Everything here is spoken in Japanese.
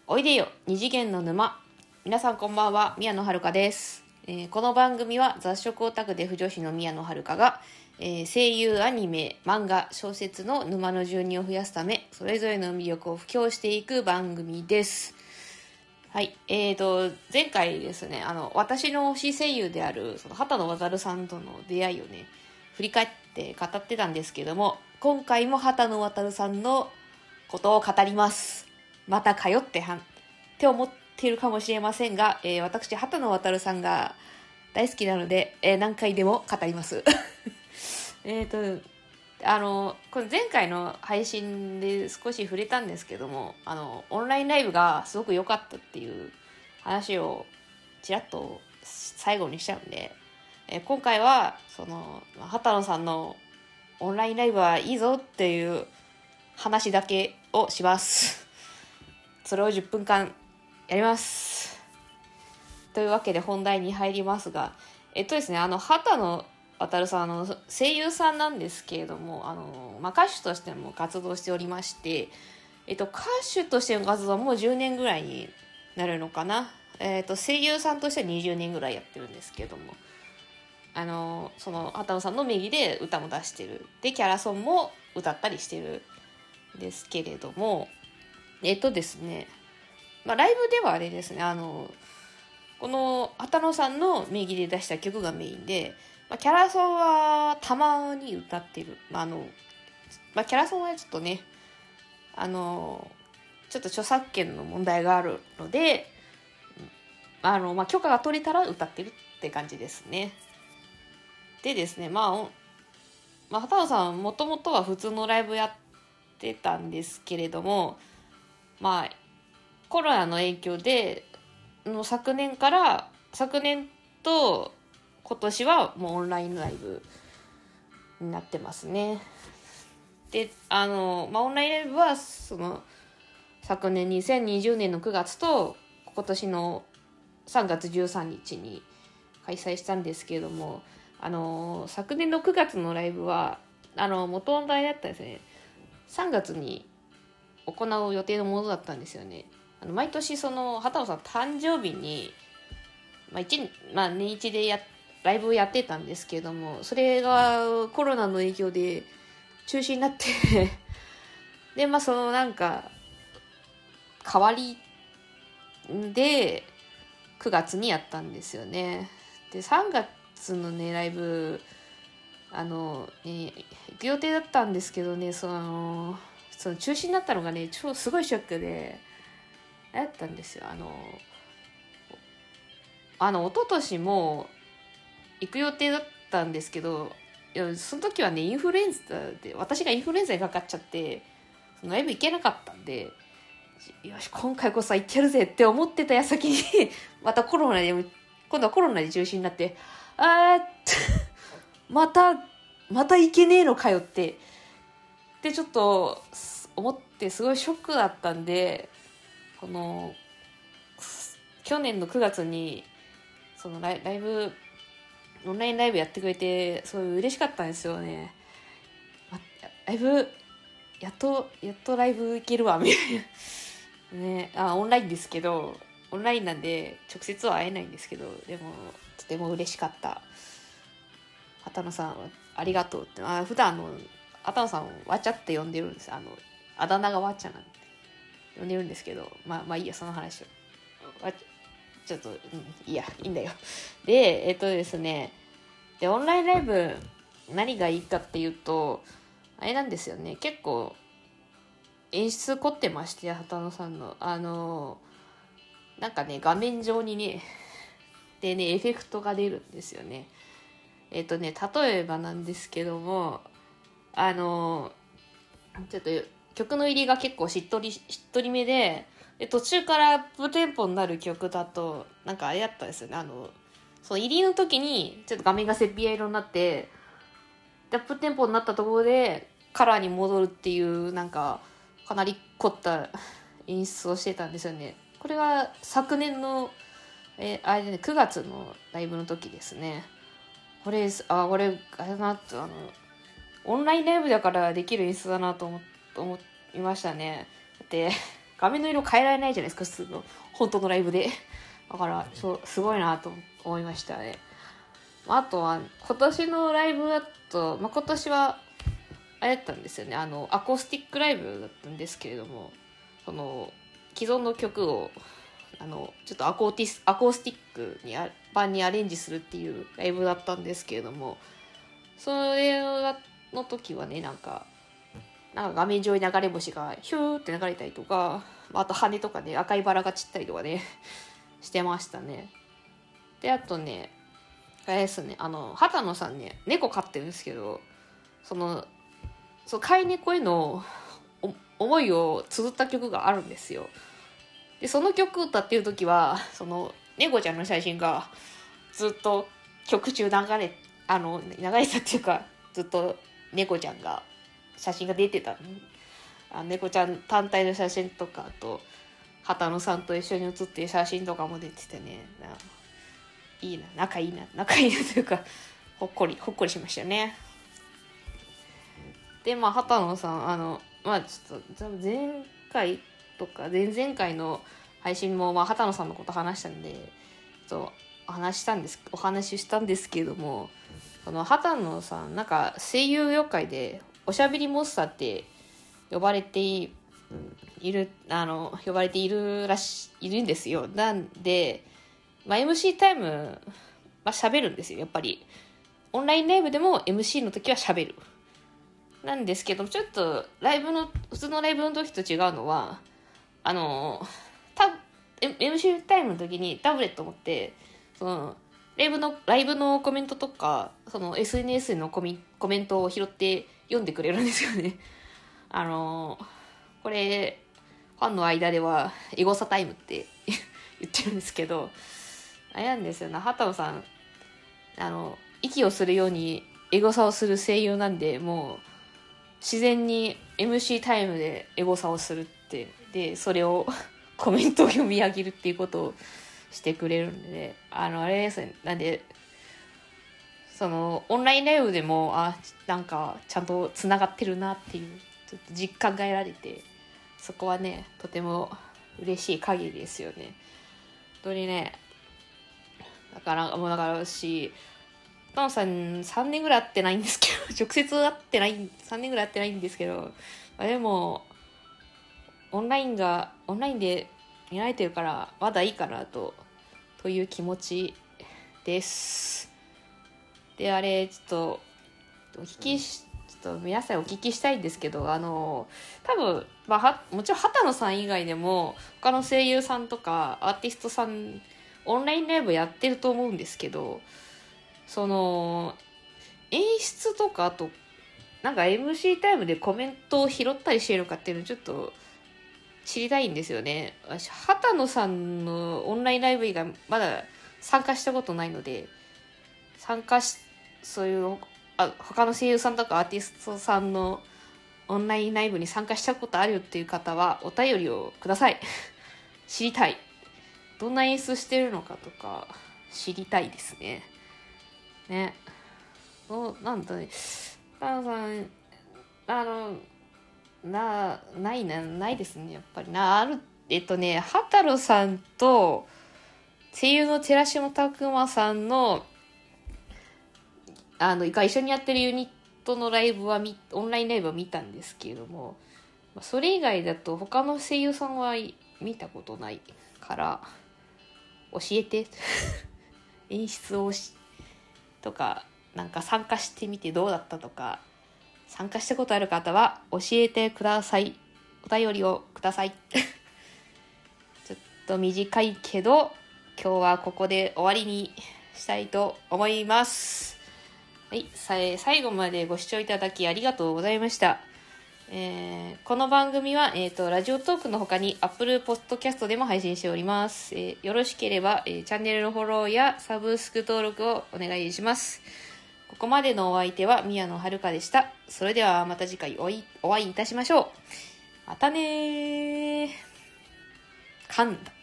おいでよ二次元の沼。皆さんこんばんは、宮野遥です。この番組は雑食オタクで不女子の宮野遥が、声優、アニメ、漫画、小説の沼の住人を増やすため、それぞれの魅力を布教していく番組です。はい、前回ですね、私の推し声優であるその畑野渡さんとの出会いをね、振り返って語ってたんですけども、今回も畑野渡さんのことを語ります。またかよって思っているかもしれませんが、私畑野渡さんが大好きなので、何回でも語りますこの前回の配信で少し触れたんですけども、オンラインライブがすごく良かったっていう話をちらっと最後にしちゃうんで、今回はその畑野さんのオンラインライブはいいぞっていう話だけをします。それを10分間やります。というわけで本題に入りますが、ですね、畑野渡さん、声優さんなんですけれども、歌手としても活動しておりまして、歌手としての活動はもう10年ぐらいになるのかな。声優さんとしては20年ぐらいやってるんですけれども、その畑野さんの名義で歌も出してる。で、キャラソンも歌ったりしてるんですけれども、ですね、ライブではあれですね、この畑野さんの名義で出した曲がメインで、キャラソンはたまに歌ってる。キャラソンはちょっとね、ちょっと著作権の問題があるので、許可が取れたら歌ってるって感じですね。でですね、畑野さんもともとは普通のライブやってたんですけれども、コロナの影響で昨年と今年はもうオンラインライブになってますね。で、オンラインライブはその昨年2020年の9月と今年の3月13日に開催したんですけれども、昨年の9月のライブは元の題だったですね、3月に行う予定のものだったんですよね。毎年その畑野さん誕生日に、年一でライブをやってたんですけれども、それがコロナの影響で中止になってでその代わりで9月にやったんですよね。で3月のねライブ行く予定だったんですけどね、その中止になったのがねすごいショックであったんですよ。一昨年も行く予定だったんですけど、その時はねインフルエンザで私がインフルエンザにかかっちゃってそのライブ行けなかったんで、よし今回こそ行ってやるぜって思ってた矢先に今度はコロナで中止になって、また行けねえのかよってちょっと思ってすごいショックだったんで、この去年の9月にそのライブオンラインライブやってくれてすごい嬉しかったんですよね。ライブやっとライブ行けるわみたいなね。オンラインですけど、オンラインなんで直接は会えないんですけど、でもとても嬉しかった。畑野さんありがとうって。普段畑野さんをわちゃって呼んでるんです。あだ名がわちゃなんで呼んでるんですけど、いいや、その話をちょっと、いいんだよ。でですね、でオンラインライブ何がいいかっていうと、あれなんですよね、結構演出凝ってまして、畑野さんの画面上にねエフェクトが出るんですよね。例えばなんですけども、ちょっと曲の入りが結構しっとりめで、途中からアップテンポになる曲だとあれだったんですよね。その入りの時にちょっと画面がセピア色になって、アップテンポになったところでカラーに戻るっていうかなり凝った演出をしてたんですよね。これが昨年のあれでね、9月のライブの時ですね。これあれなってオンラインライブだからできる演出だなと思いましたね。だって画面の色変えられないじゃないですか、普通の本当のライブで。だからすごいなと思いましたね。あとは今年のライブだと、今年はあれだったんですよね、アコースティックライブだったんですけれども、その既存の曲をちょっとアコースティックに版にアレンジするっていうライブだったんですけれども、それの時はね、なんか画面上に流れ星がヒューって流れたりとか、あと羽とかね、赤いバラが散ったりとかねしてましたね。で、あとね、あれですね、畑野さんね、猫飼ってるんですけど、飼い猫への思いを綴った曲があるんですよ。で、その曲を歌ってる時は、猫ちゃんの写真がずっと曲中流れてたっていうか、ずっと猫ちゃんが写真が出てた。猫ちゃん単体の写真とか、あと畑野さんと一緒に写ってる写真とかも出ててね、いいな、仲いいなというか、ほっこりしましたね。で、畑野さん、ちょっと前回とか前々回の配信も畑野さんのこと話したんで、お話ししたんですけれども、畑野さん、なんか声優業界でおしゃべりモンスターって呼ばれているんですよ。なんで、MC タイムは喋るんですよ、やっぱり。オンラインライブでも MC の時は喋る。なんですけど、ちょっと普通のライブの時と違うのは、MC タイムの時にタブレットを持って、ライブのコメントとか、SNS のコメントを拾って読んでくれるんですよね。これ、ファンの間では、エゴサタイムって言ってるんですけど、あれなんですよね、畑野さん、息をするようにエゴサをする声優なんで、もう、自然に MC タイムでエゴサをするって、で、それをコメントを読み上げるっていうことをしてくれるんで、ね、あれですね、なんで、オンラインライブでも、なんか、ちゃんと繋がってるなっていう、ちょっと実感が得られて、そこはね、とても嬉しい限りですよね。本当にね、だから私、タノさん3年ぐらい会ってないんですけど、直接会ってない、3年ぐらい会ってないんですけど、でも、オンラインで見られてるから、まだいいかなという気持ちです。で、ちょっと皆さんお聞きしたいんですけど、多分、もちろん畑野さん以外でも、他の声優さんとかアーティストさん、オンラインライブやってると思うんですけど、演出とか、あと、なんか MC タイムでコメントを拾ったりしてるのかっていうのをちょっと知りたいんですよね。私、畑野さんのオンラインライブ以外まだ参加したことないので、そういう他の声優さんとかアーティストさんのオンラインライブに参加したことあるっていう方はお便りをください。知りたい。どんな演出してるのかとか知りたいですね。ね。なんだね。タンさん、ないですね、やっぱり畑野さんと声優の寺島拓磨さんのが一緒にやってるユニットのライブはオンラインライブは見たんですけれども、それ以外だと他の声優さんは見たことないから教えて演出をとか、なんか参加してみてどうだったとか、参加したことある方は教えてください。お便りをください。ちょっと短いけど今日はここで終わりにしたいと思います。はい、最後までご視聴いただきありがとうございました。この番組は、ラジオトークの他に Apple Podcast でも配信しております。よろしければ、チャンネルのフォローやサブスク登録をお願いします。ここまでのお相手は宮野遥でした。それではまた次回お会いいたしましょう。またねー。噛んだ。